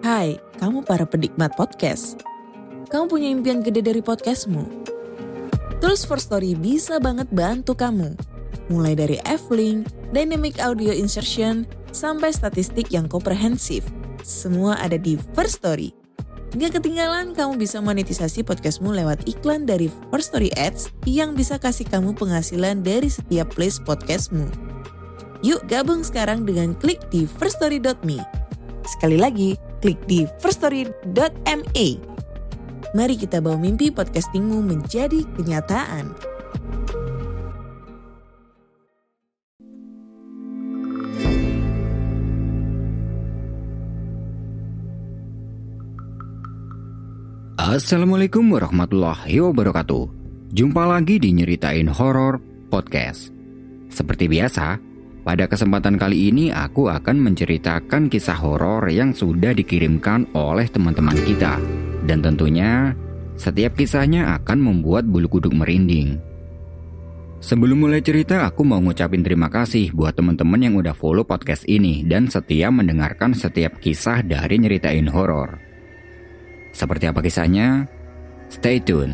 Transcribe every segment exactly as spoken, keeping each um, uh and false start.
Hai, kamu para penikmat podcast. Kamu punya impian gede dari podcastmu? Tools for Story bisa banget bantu kamu. Mulai dari F-Link, Dynamic Audio Insertion, sampai statistik yang komprehensif. Semua ada di First Story. Gak ketinggalan kamu bisa monetisasi podcastmu lewat iklan dari First Story Ads yang bisa kasih kamu penghasilan dari setiap place podcastmu. Yuk gabung sekarang dengan klik di first story dot me. Sekali lagi, klik di first story dot me. Mari kita bawa mimpi podcastingmu menjadi kenyataan. Assalamualaikum warahmatullahi wabarakatuh. Jumpa lagi di Nyeritain Horor Podcast. Seperti biasa, pada kesempatan kali ini aku akan menceritakan kisah horor yang sudah dikirimkan oleh teman-teman kita. Dan tentunya setiap kisahnya akan membuat bulu kuduk merinding. Sebelum mulai cerita, aku mau ngucapin terima kasih buat teman-teman yang udah follow podcast ini dan setia mendengarkan setiap kisah dari Nyeritain Horor. Seperti apa kisahnya? Stay tune.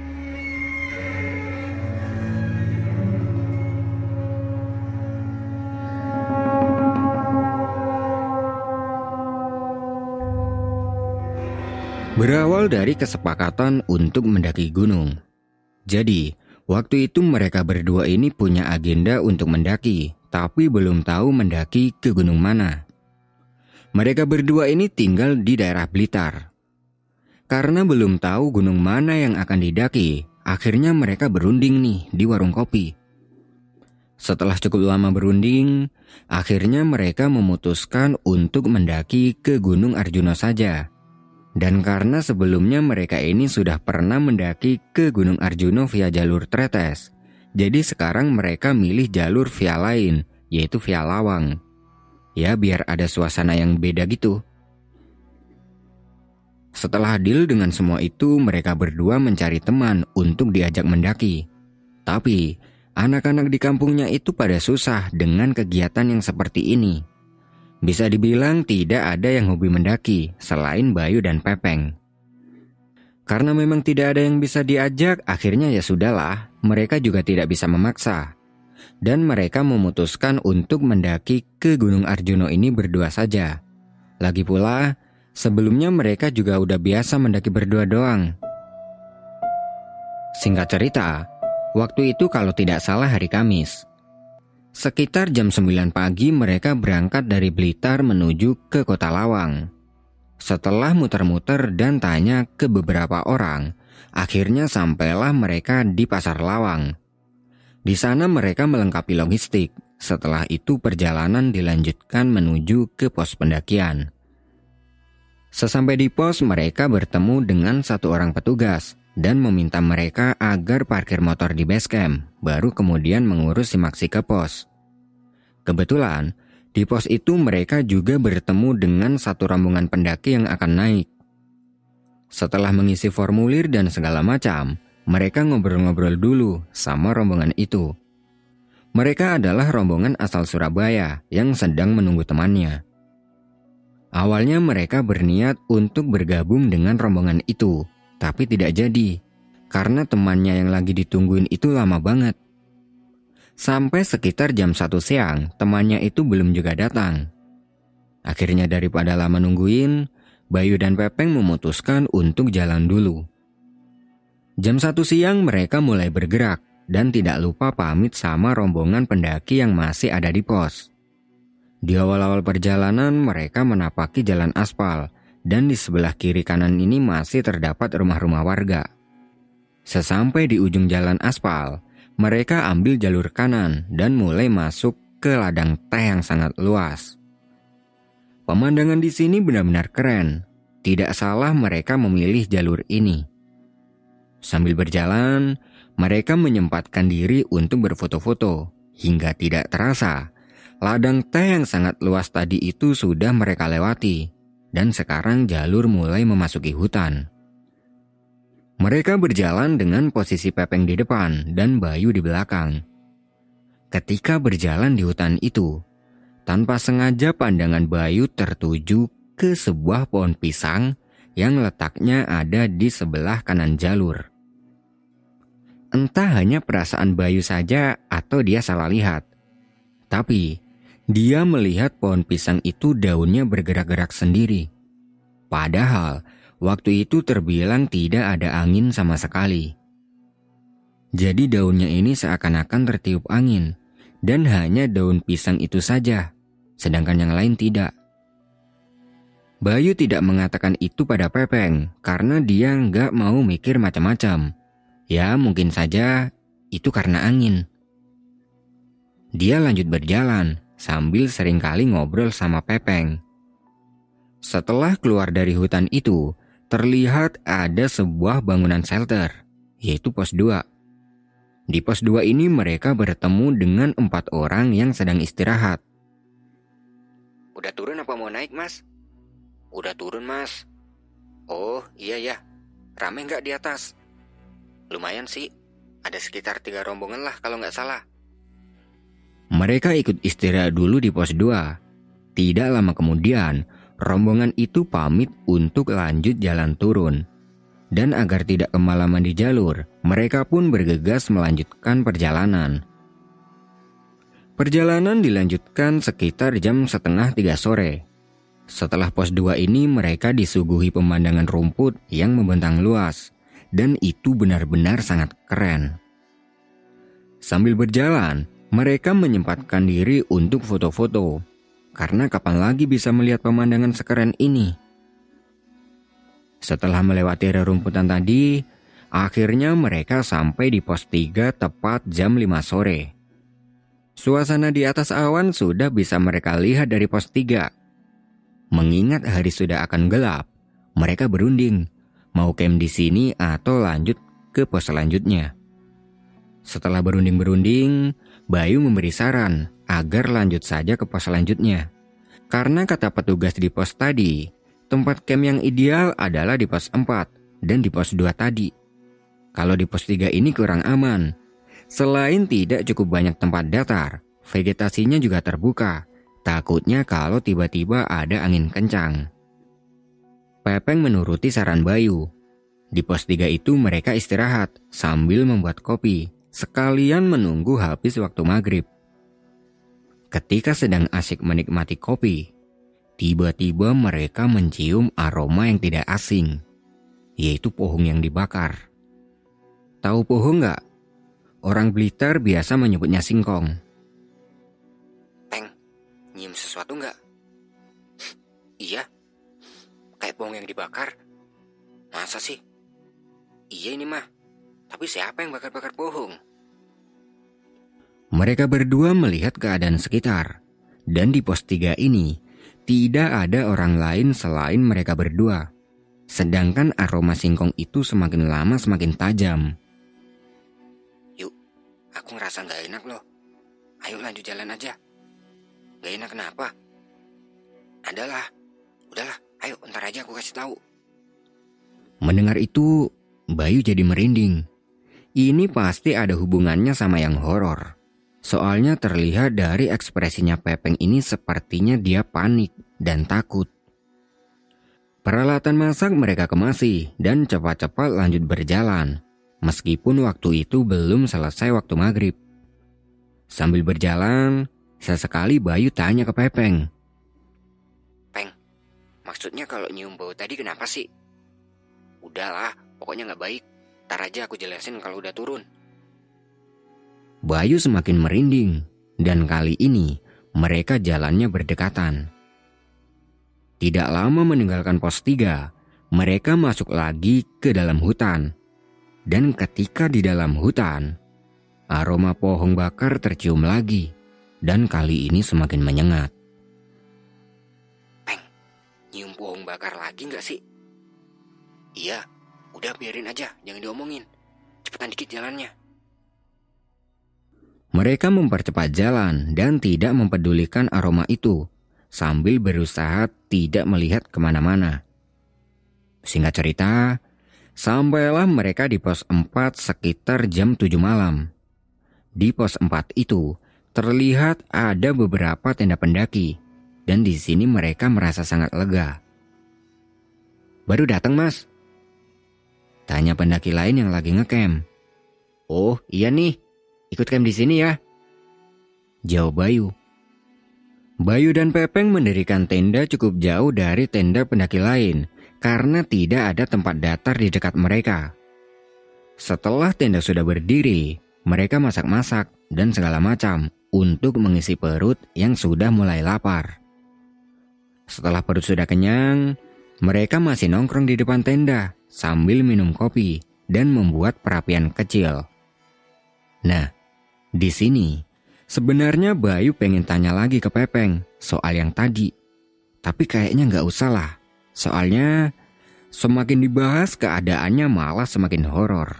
Berawal dari kesepakatan untuk mendaki gunung. Jadi, waktu itu mereka berdua ini punya agenda untuk mendaki, tapi belum tahu mendaki ke gunung mana. Mereka berdua ini tinggal di daerah Blitar. Karena belum tahu gunung mana yang akan didaki, akhirnya mereka berunding nih di warung kopi. Setelah cukup lama berunding, akhirnya mereka memutuskan untuk mendaki ke Gunung Arjuna saja. Dan karena sebelumnya mereka ini sudah pernah mendaki ke Gunung Arjuna via jalur Tretes, jadi sekarang mereka milih jalur via lain, yaitu via Lawang. Ya biar ada suasana yang beda gitu. Setelah deal dengan semua itu, mereka berdua mencari teman untuk diajak mendaki. Tapi, anak-anak di kampungnya itu pada susah dengan kegiatan yang seperti ini. Bisa dibilang tidak ada yang hobi mendaki, selain Bayu dan Pepeng. Karena memang tidak ada yang bisa diajak, akhirnya ya sudahlah, mereka juga tidak bisa memaksa. Dan mereka memutuskan untuk mendaki ke Gunung Arjuna ini berdua saja. Lagi pula, sebelumnya mereka juga udah biasa mendaki berdua doang. Singkat cerita, waktu itu kalau tidak salah hari Kamis. Sekitar jam sembilan pagi mereka berangkat dari Blitar menuju ke kota Lawang. Setelah muter-muter dan tanya ke beberapa orang, akhirnya sampailah mereka di Pasar Lawang. Di sana mereka melengkapi logistik. Setelah itu perjalanan dilanjutkan menuju ke pos pendakian. Sesampai di pos, mereka bertemu dengan satu orang petugas dan meminta mereka agar parkir motor di base camp, baru kemudian mengurus simaksi ke pos. Kebetulan, di pos itu mereka juga bertemu dengan satu rombongan pendaki yang akan naik. Setelah mengisi formulir dan segala macam, mereka ngobrol-ngobrol dulu sama rombongan itu. Mereka adalah rombongan asal Surabaya yang sedang menunggu temannya. Awalnya mereka berniat untuk bergabung dengan rombongan itu, tapi tidak jadi, karena temannya yang lagi ditungguin itu lama banget. Sampai sekitar jam satu siang, temannya itu belum juga datang. Akhirnya daripada lama nungguin, Bayu dan Pepeng memutuskan untuk jalan dulu. Jam satu siang mereka mulai bergerak, dan tidak lupa pamit sama rombongan pendaki yang masih ada di pos. Di awal-awal perjalanan mereka menapaki jalan aspal dan di sebelah kiri kanan ini masih terdapat rumah-rumah warga. Sesampai di ujung jalan aspal, mereka ambil jalur kanan dan mulai masuk ke ladang teh yang sangat luas. Pemandangan di sini benar-benar keren. Tidak salah mereka memilih jalur ini. Sambil berjalan, mereka menyempatkan diri untuk berfoto-foto hingga tidak terasa. Ladang teh yang sangat luas tadi itu sudah mereka lewati, dan sekarang jalur mulai memasuki hutan. Mereka berjalan dengan posisi Pepeng di depan dan Bayu di belakang. Ketika berjalan di hutan itu, tanpa sengaja pandangan Bayu tertuju ke sebuah pohon pisang yang letaknya ada di sebelah kanan jalur. Entah hanya perasaan Bayu saja atau dia salah lihat. Tapi, dia melihat pohon pisang itu daunnya bergerak-gerak sendiri. Padahal, waktu itu terbilang tidak ada angin sama sekali. Jadi daunnya ini seakan-akan tertiup angin, dan hanya daun pisang itu saja, sedangkan yang lain tidak. Bayu tidak mengatakan itu pada Pepeng karena dia nggak mau mikir macam-macam. Ya mungkin saja itu karena angin. Dia lanjut berjalan sambil seringkali ngobrol sama Pepeng. Setelah keluar dari hutan itu, terlihat ada sebuah bangunan shelter, yaitu pos dua. Di pos dua ini mereka bertemu dengan empat orang yang sedang istirahat. Udah turun apa mau naik, Mas? Udah turun, Mas. Oh, iya ya. Rame nggak di atas? Lumayan sih. Ada sekitar tiga rombongan lah kalau nggak salah. Mereka ikut istirahat dulu di pos dua. Tidak lama kemudian, rombongan itu pamit untuk lanjut jalan turun. Dan agar tidak kemalaman di jalur, mereka pun bergegas melanjutkan perjalanan. Perjalanan dilanjutkan sekitar jam setengah tiga sore. Setelah pos dua ini mereka disuguhi pemandangan rumput yang membentang luas, dan itu benar-benar sangat keren. Sambil berjalan, mereka menyempatkan diri untuk foto-foto, karena kapan lagi bisa melihat pemandangan sekeren ini. Setelah melewati rerumputan tadi, akhirnya mereka sampai di pos tiga tepat jam lima sore. Suasana di atas awan sudah bisa mereka lihat dari pos tiga. Mengingat hari sudah akan gelap, mereka berunding mau camp di sini atau lanjut ke pos selanjutnya. Setelah berunding-berunding, Bayu memberi saran agar lanjut saja ke pos selanjutnya. Karena kata petugas di pos tadi, tempat camp yang ideal adalah di pos empat dan di pos dua tadi. Kalau di pos tiga ini kurang aman. Selain tidak cukup banyak tempat datar, vegetasinya juga terbuka. Takutnya kalau tiba-tiba ada angin kencang. Pepeng menuruti saran Bayu. Di pos tiga itu mereka istirahat sambil membuat kopi, sekalian menunggu habis waktu maghrib. Ketika sedang asyik menikmati kopi, tiba-tiba mereka mencium aroma yang tidak asing, yaitu pohon yang dibakar. Tahu pohon nggak? Orang Blitar biasa menyebutnya singkong. Nyium sesuatu nggak? Iya, kayak pohon yang dibakar. Masa sih? Iya ini mah. Tapi siapa yang bakar-bakar pohon? Mereka berdua melihat keadaan sekitar. Dan di pos tiga ini, tidak ada orang lain selain mereka berdua. Sedangkan aroma singkong itu semakin lama semakin tajam. Yuk, aku ngerasa nggak enak loh. Ayo lanjut jalan aja. Gak enak kenapa? Adalah, udahlah, ayo ntar aja aku kasih tahu. Mendengar itu, Bayu jadi merinding. Ini pasti ada hubungannya sama yang horor. Soalnya terlihat dari ekspresinya Pepeng ini sepertinya dia panik dan takut. Peralatan masak mereka kemasi dan cepat-cepat lanjut berjalan. Meskipun waktu itu belum selesai waktu maghrib. Sambil berjalan, sesekali Bayu tanya ke Pepeng. Peng, maksudnya kalau nyium bau tadi kenapa sih? Udahlah, pokoknya gak baik. Ntar aja aku jelasin kalau udah turun. Bayu semakin merinding, dan kali ini mereka jalannya berdekatan. Tidak lama meninggalkan pos tiga, mereka masuk lagi ke dalam hutan. Dan ketika di dalam hutan, aroma pohon bakar tercium lagi. Dan kali ini semakin menyengat. Peng, nyium pohon bakar lagi gak sih? Iya, udah biarin aja, jangan diomongin. Cepetan dikit jalannya. Mereka mempercepat jalan dan tidak mempedulikan aroma itu, sambil berusaha tidak melihat kemana-mana. Singkat cerita, sampailah mereka di pos empat sekitar jam tujuh malam. Di pos empat itu, terlihat ada beberapa tenda pendaki, dan di sini mereka merasa sangat lega Baru datang mas? Tanya pendaki lain yang lagi ngecamp. Oh iya nih, ikut camp di sini ya, jawab Bayu. Bayu dan Pepeng mendirikan tenda cukup jauh dari tenda pendaki lain karena tidak ada tempat datar di dekat mereka. Setelah tenda sudah berdiri, mereka masak-masak dan segala macam untuk mengisi perut yang sudah mulai lapar. Setelah perut sudah kenyang, mereka masih nongkrong di depan tenda sambil minum kopi dan membuat perapian kecil. Nah, di sini sebenarnya Bayu pengen tanya lagi ke Pepeng soal yang tadi. Tapi kayaknya nggak usah lah. Soalnya semakin dibahas keadaannya malah semakin horor.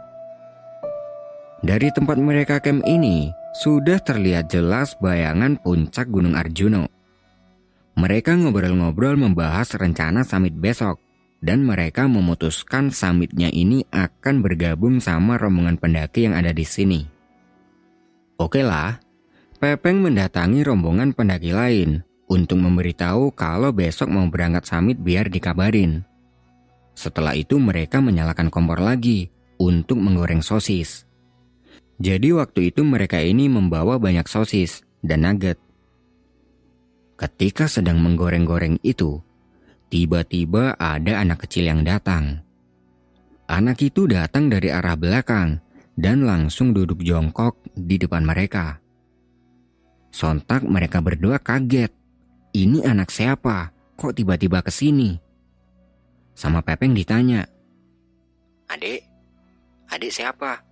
Dari tempat mereka camp ini sudah terlihat jelas bayangan puncak Gunung Arjuna. Mereka ngobrol-ngobrol membahas rencana summit besok. Dan mereka memutuskan summitnya ini akan bergabung sama rombongan pendaki yang ada di sini. Oke lah, Pepeng mendatangi rombongan pendaki lain untuk memberitahu kalau besok mau berangkat summit biar dikabarin. Setelah itu mereka menyalakan kompor lagi untuk menggoreng sosis. Jadi waktu itu mereka ini membawa banyak sosis dan nugget. Ketika sedang menggoreng-goreng itu, tiba-tiba ada anak kecil yang datang. Anak itu datang dari arah belakang dan langsung duduk jongkok di depan mereka. Sontak mereka berdua kaget. Ini anak siapa? Kok tiba-tiba ke sini? Sama Pepeng ditanya. Adik? Adik siapa?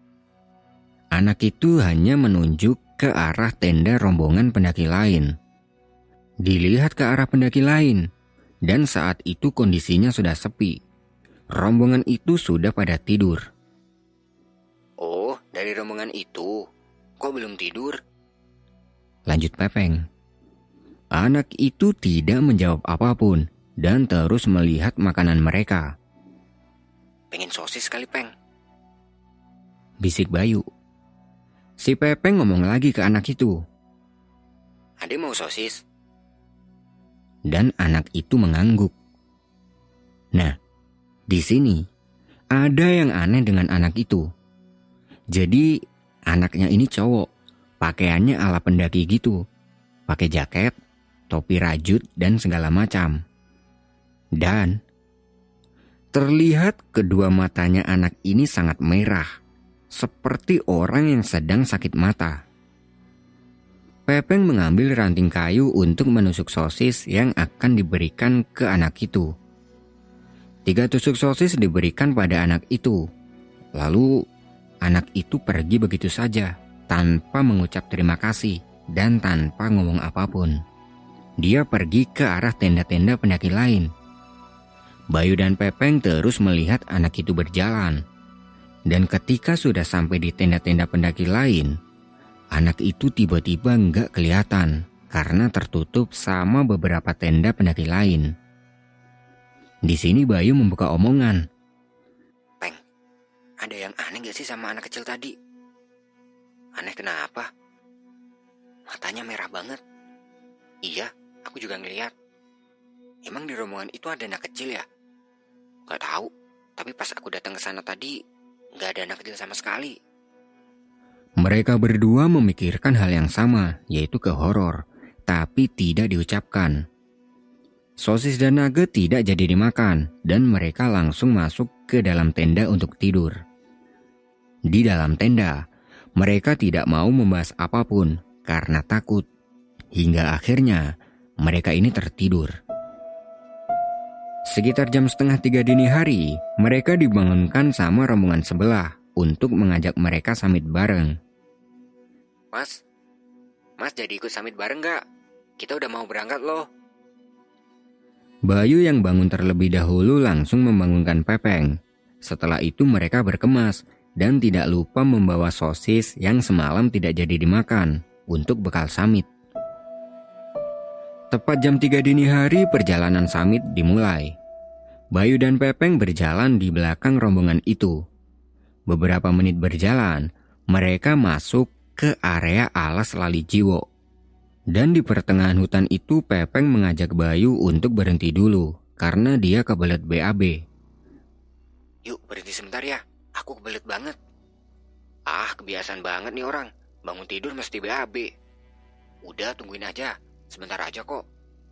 Anak itu hanya menunjuk ke arah tenda rombongan pendaki lain. Dilihat ke arah pendaki lain. Dan saat itu kondisinya sudah sepi. Rombongan itu sudah pada tidur. Oh, dari rombongan itu. Kok belum tidur? Lanjut Pepeng. Anak itu tidak menjawab apapun dan terus melihat makanan mereka. Pengen sosis kali, Peng? Bisik Bayu. Si Pepeng ngomong lagi ke anak itu. Adik mau sosis? Dan anak itu mengangguk. Nah, di sini ada yang aneh dengan anak itu. Jadi anaknya ini cowok, pakaiannya ala pendaki gitu, pakai jaket, topi rajut dan segala macam. Dan terlihat kedua matanya anak ini sangat merah, seperti orang yang sedang sakit mata. Pepeng mengambil ranting kayu untuk menusuk sosis yang akan diberikan ke anak itu. Tiga tusuk sosis diberikan pada anak itu. Lalu anak itu pergi begitu saja, tanpa mengucap terima kasih dan tanpa ngomong apapun. Dia pergi ke arah tenda-tenda pendaki lain. Bayu dan Pepeng terus melihat anak itu berjalan. Dan ketika sudah sampai di tenda-tenda pendaki lain, anak itu tiba-tiba nggak kelihatan karena tertutup sama beberapa tenda pendaki lain. Di sini Bayu membuka omongan. Peng, ada yang aneh gak sih sama anak kecil tadi? Aneh kenapa? Matanya merah banget. Iya, aku juga ngeliat. Emang di rombongan itu ada anak kecil ya? Gak tahu, tapi pas aku datang ke sana tadi, gak ada anak kecil sama sekali. Mereka berdua memikirkan hal yang sama, yaitu ke horor, tapi tidak diucapkan. Sosis dan nugget tidak jadi dimakan, dan mereka langsung masuk ke dalam tenda untuk tidur. Di dalam tenda, mereka tidak mau membahas apapun karena takut. Hingga akhirnya, mereka ini tertidur. Sekitar jam setengah tiga dini hari, mereka dibangunkan sama rombongan sebelah untuk mengajak mereka summit bareng. Mas, Mas jadi ikut summit bareng gak? Kita udah mau berangkat loh. Bayu yang bangun terlebih dahulu langsung membangunkan Pepeng. Setelah itu mereka berkemas dan tidak lupa membawa sosis yang semalam tidak jadi dimakan untuk bekal summit. Tepat jam tiga dini hari perjalanan summit dimulai. Bayu dan Pepeng berjalan di belakang rombongan itu. Beberapa menit berjalan, mereka masuk ke area alas Lali Jiwo. Dan di pertengahan hutan itu Pepeng mengajak Bayu untuk berhenti dulu karena dia kebelet B A B. Yuk berhenti sebentar ya, aku kebelet banget. Ah, kebiasaan banget nih orang, bangun tidur mesti B A B. Udah tungguin aja, sebentar aja kok.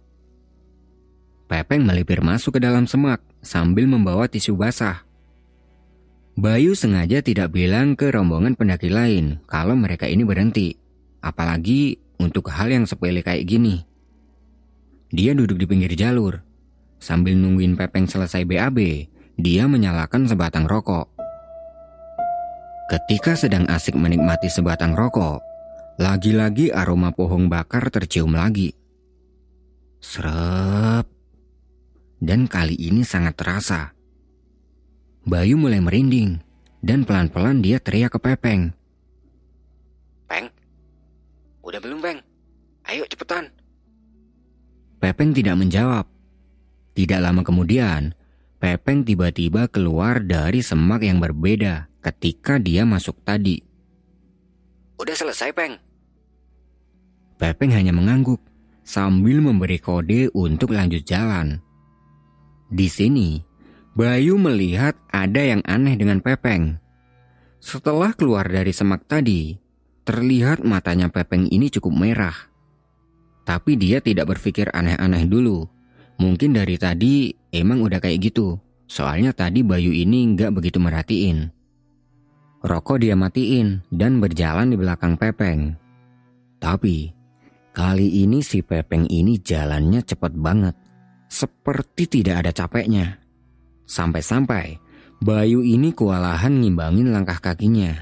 Pepeng melipir masuk ke dalam semak sambil membawa tisu basah. Bayu sengaja tidak bilang ke rombongan pendaki lain kalau mereka ini berhenti, apalagi untuk hal yang sepele kayak gini. Dia duduk di pinggir jalur. Sambil nungguin Pepeng selesai B A B, dia menyalakan sebatang rokok. Ketika sedang asik menikmati sebatang rokok, lagi-lagi aroma pohon bakar tercium lagi. Serep. Dan kali ini sangat terasa. Bayu mulai merinding, dan pelan-pelan dia teriak ke Pepeng. Peng, udah belum Peng? Ayo cepetan. Pepeng tidak menjawab. Tidak lama kemudian, Pepeng tiba-tiba keluar dari semak yang berbeda ketika dia masuk tadi. Udah selesai Peng? Pepeng hanya mengangguk sambil memberi kode untuk lanjut jalan. Di sini, Bayu melihat ada yang aneh dengan Pepeng. Setelah keluar dari semak tadi, terlihat matanya Pepeng ini cukup merah. Tapi dia tidak berpikir aneh-aneh dulu. Mungkin dari tadi emang udah kayak gitu. Soalnya tadi Bayu ini nggak begitu merhatiin. Rokok dia matiin dan berjalan di belakang Pepeng. Tapi kali ini si Pepeng ini jalannya cepat banget. Seperti tidak ada capeknya. Sampai-sampai Bayu ini kewalahan ngimbangin langkah kakinya.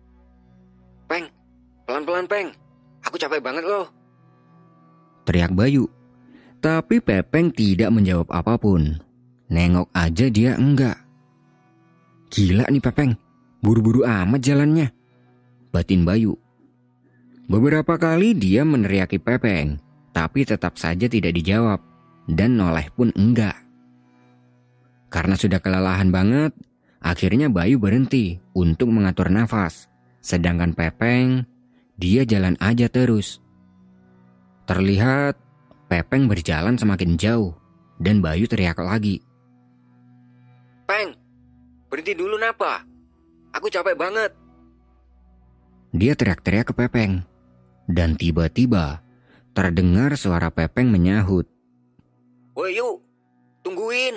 Peng, pelan-pelan Peng. Aku capek banget loh. Teriak Bayu. Tapi Pepeng tidak menjawab apapun. Nengok aja dia enggak. Gila nih Pepeng, buru-buru amat jalannya, batin Bayu. Beberapa kali dia meneriaki Pepeng, tapi tetap saja tidak dijawab. Dan noleh pun enggak. Karena sudah kelelahan banget, akhirnya Bayu berhenti untuk mengatur nafas. Sedangkan Pepeng, dia jalan aja terus. Terlihat Pepeng berjalan semakin jauh dan Bayu teriak lagi. Peng, berhenti dulu napa? Aku capek banget. Dia teriak-teriak ke Pepeng. Dan tiba-tiba terdengar suara Pepeng menyahut. Woi yuk, tungguin.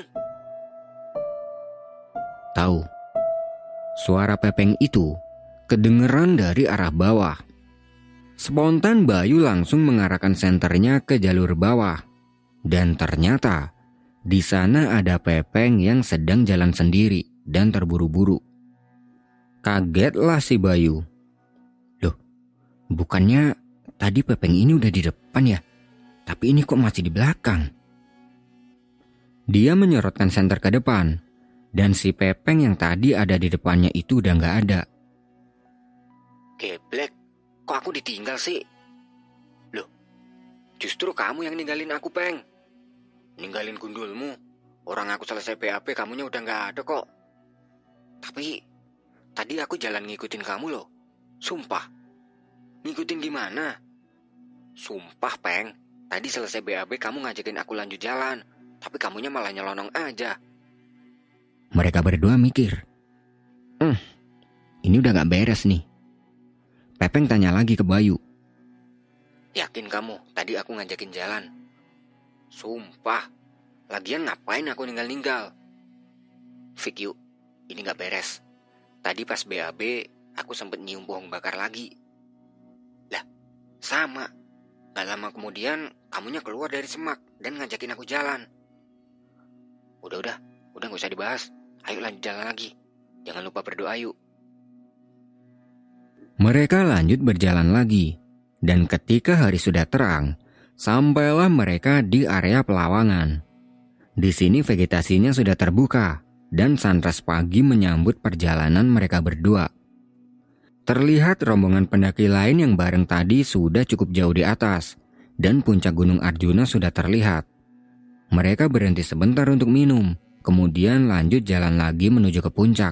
Tahu, suara Pepeng itu kedengeran dari arah bawah. Spontan Bayu langsung mengarahkan senternya ke jalur bawah. Dan ternyata di sana ada Pepeng yang sedang jalan sendiri dan terburu-buru. Kagetlah si Bayu. Loh, bukannya tadi Pepeng ini udah di depan ya? Tapi ini kok masih di belakang? Dia menyorotkan senter ke depan, dan si Pepeng yang tadi ada di depannya itu udah gak ada. Geblek, kok aku ditinggal sih? Loh, justru kamu yang ninggalin aku Peng. Ninggalin gundulmu. Orang aku selesai B A B kamunya udah gak ada kok. Tapi, tadi aku jalan ngikutin kamu loh. Sumpah. Ngikutin gimana? Sumpah Peng, tadi selesai B A B kamu ngajakin aku lanjut jalan. Tapi kamunya malah nyelonong aja. Mereka berdua mikir. Hmm, ini udah gak beres nih. Pepeng tanya lagi ke Bayu. Yakin kamu tadi aku ngajakin jalan? Sumpah. Lagian ngapain aku ninggal-ninggal? Fik yuk, ini gak beres. Tadi pas B A B aku sempet nyium pohon bakar lagi. Lah, sama. Gak lama kemudian kamunya keluar dari semak dan ngajakin aku jalan. Udah-udah, udah gak usah dibahas. Ayo lanjut jalan lagi. Jangan lupa berdoa yuk. Mereka lanjut berjalan lagi. Dan ketika hari sudah terang, sampailah mereka di area pelawangan. Di sini vegetasinya sudah terbuka dan sunrise pagi menyambut perjalanan mereka berdua. Terlihat rombongan pendaki lain yang bareng tadi sudah cukup jauh di atas dan puncak Gunung Arjuna sudah terlihat. Mereka berhenti sebentar untuk minum, kemudian lanjut jalan lagi menuju ke puncak.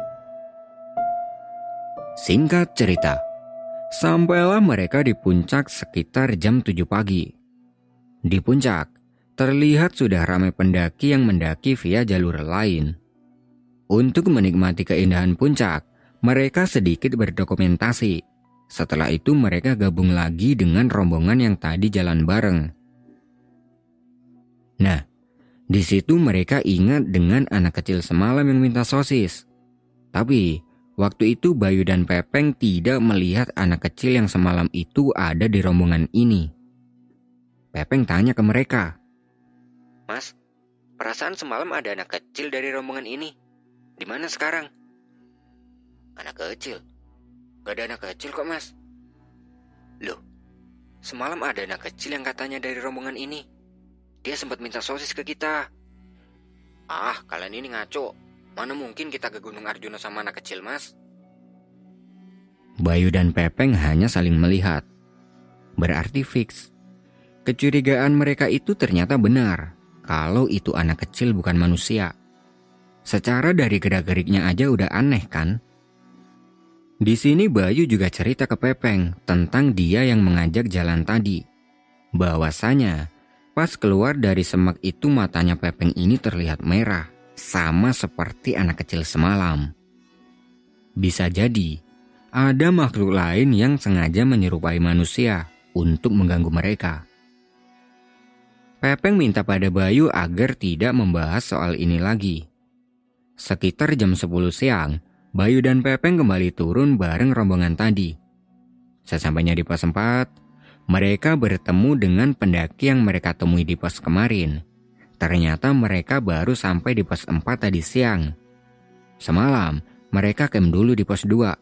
Singkat cerita, sampailah mereka di puncak sekitar jam tujuh pagi. Di puncak, terlihat sudah ramai pendaki yang mendaki via jalur lain. Untuk menikmati keindahan puncak, mereka sedikit berdokumentasi. Setelah itu mereka gabung lagi dengan rombongan yang tadi jalan bareng. Nah, di situ mereka ingat dengan anak kecil semalam yang minta sosis. Tapi, waktu itu Bayu dan Pepeng tidak melihat anak kecil yang semalam itu ada di rombongan ini. Pepeng tanya ke mereka, Mas, perasaan semalam ada anak kecil dari rombongan ini. Di mana sekarang? Anak kecil? Gak ada anak kecil kok, Mas. Loh, semalam ada anak kecil yang katanya dari rombongan ini. Dia sempat minta sosis ke kita. Ah, kalian ini ngaco. Mana mungkin kita ke Gunung Arjuna sama anak kecil, Mas? Bayu dan Pepeng hanya saling melihat. Berarti fix. Kecurigaan mereka itu ternyata benar. Kalau itu anak kecil bukan manusia. Secara dari gerak-geriknya aja udah aneh kan? Di sini Bayu juga cerita ke Pepeng tentang dia yang mengajak jalan tadi. Bahwasanya pas keluar dari semak itu matanya Pepeng ini terlihat merah, sama seperti anak kecil semalam. Bisa jadi ada makhluk lain yang sengaja menyerupai manusia untuk mengganggu mereka. Pepeng minta pada Bayu agar tidak membahas soal ini lagi. Sekitar jam sepuluh siang, Bayu dan Pepeng kembali turun bareng rombongan tadi. Sesampainya di pos empat, mereka bertemu dengan pendaki yang mereka temui di pos kemarin. Ternyata mereka baru sampai di pos empat tadi siang. Semalam, mereka camp dulu di pos dua.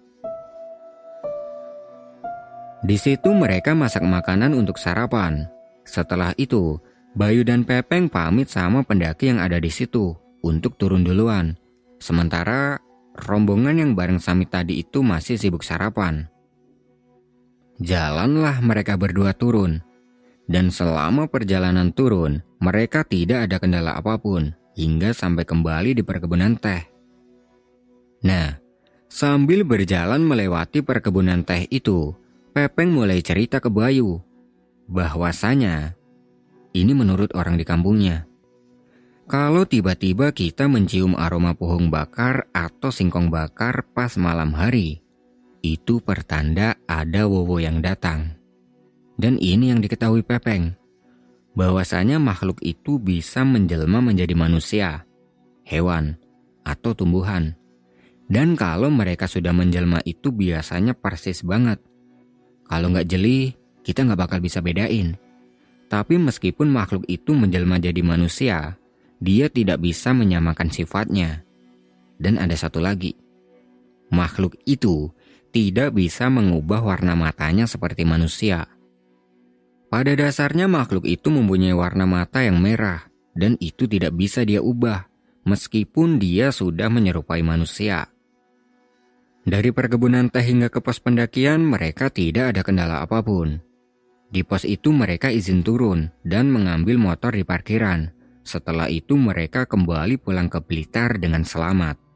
Di situ mereka masak makanan untuk sarapan. Setelah itu, Bayu dan Pepeng pamit sama pendaki yang ada di situ untuk turun duluan. Sementara rombongan yang bareng Samit tadi itu masih sibuk sarapan. Jalanlah mereka berdua turun. Dan selama perjalanan turun, mereka tidak ada kendala apapun hingga sampai kembali di perkebunan teh. Nah, sambil berjalan melewati perkebunan teh itu, Pepeng mulai cerita ke Bayu bahwasanya ini menurut orang di kampungnya. Kalau tiba-tiba kita mencium aroma pohon bakar atau singkong bakar pas malam hari, itu pertanda ada wowo yang datang. Dan ini yang diketahui Pepeng, bahwasanya makhluk itu bisa menjelma menjadi manusia, hewan, atau tumbuhan. Dan kalau mereka sudah menjelma itu biasanya persis banget. Kalau nggak jeli, kita nggak bakal bisa bedain. Tapi meskipun makhluk itu menjelma jadi manusia, dia tidak bisa menyamakan sifatnya. Dan ada satu lagi, makhluk itu tidak bisa mengubah warna matanya seperti manusia. Pada dasarnya makhluk itu mempunyai warna mata yang merah, dan itu tidak bisa dia ubah, meskipun dia sudah menyerupai manusia. Dari perkebunan teh hingga ke pos pendakian, mereka tidak ada kendala apapun. Di pos itu mereka izin turun dan mengambil motor di parkiran. Setelah itu mereka kembali pulang ke Blitar dengan selamat.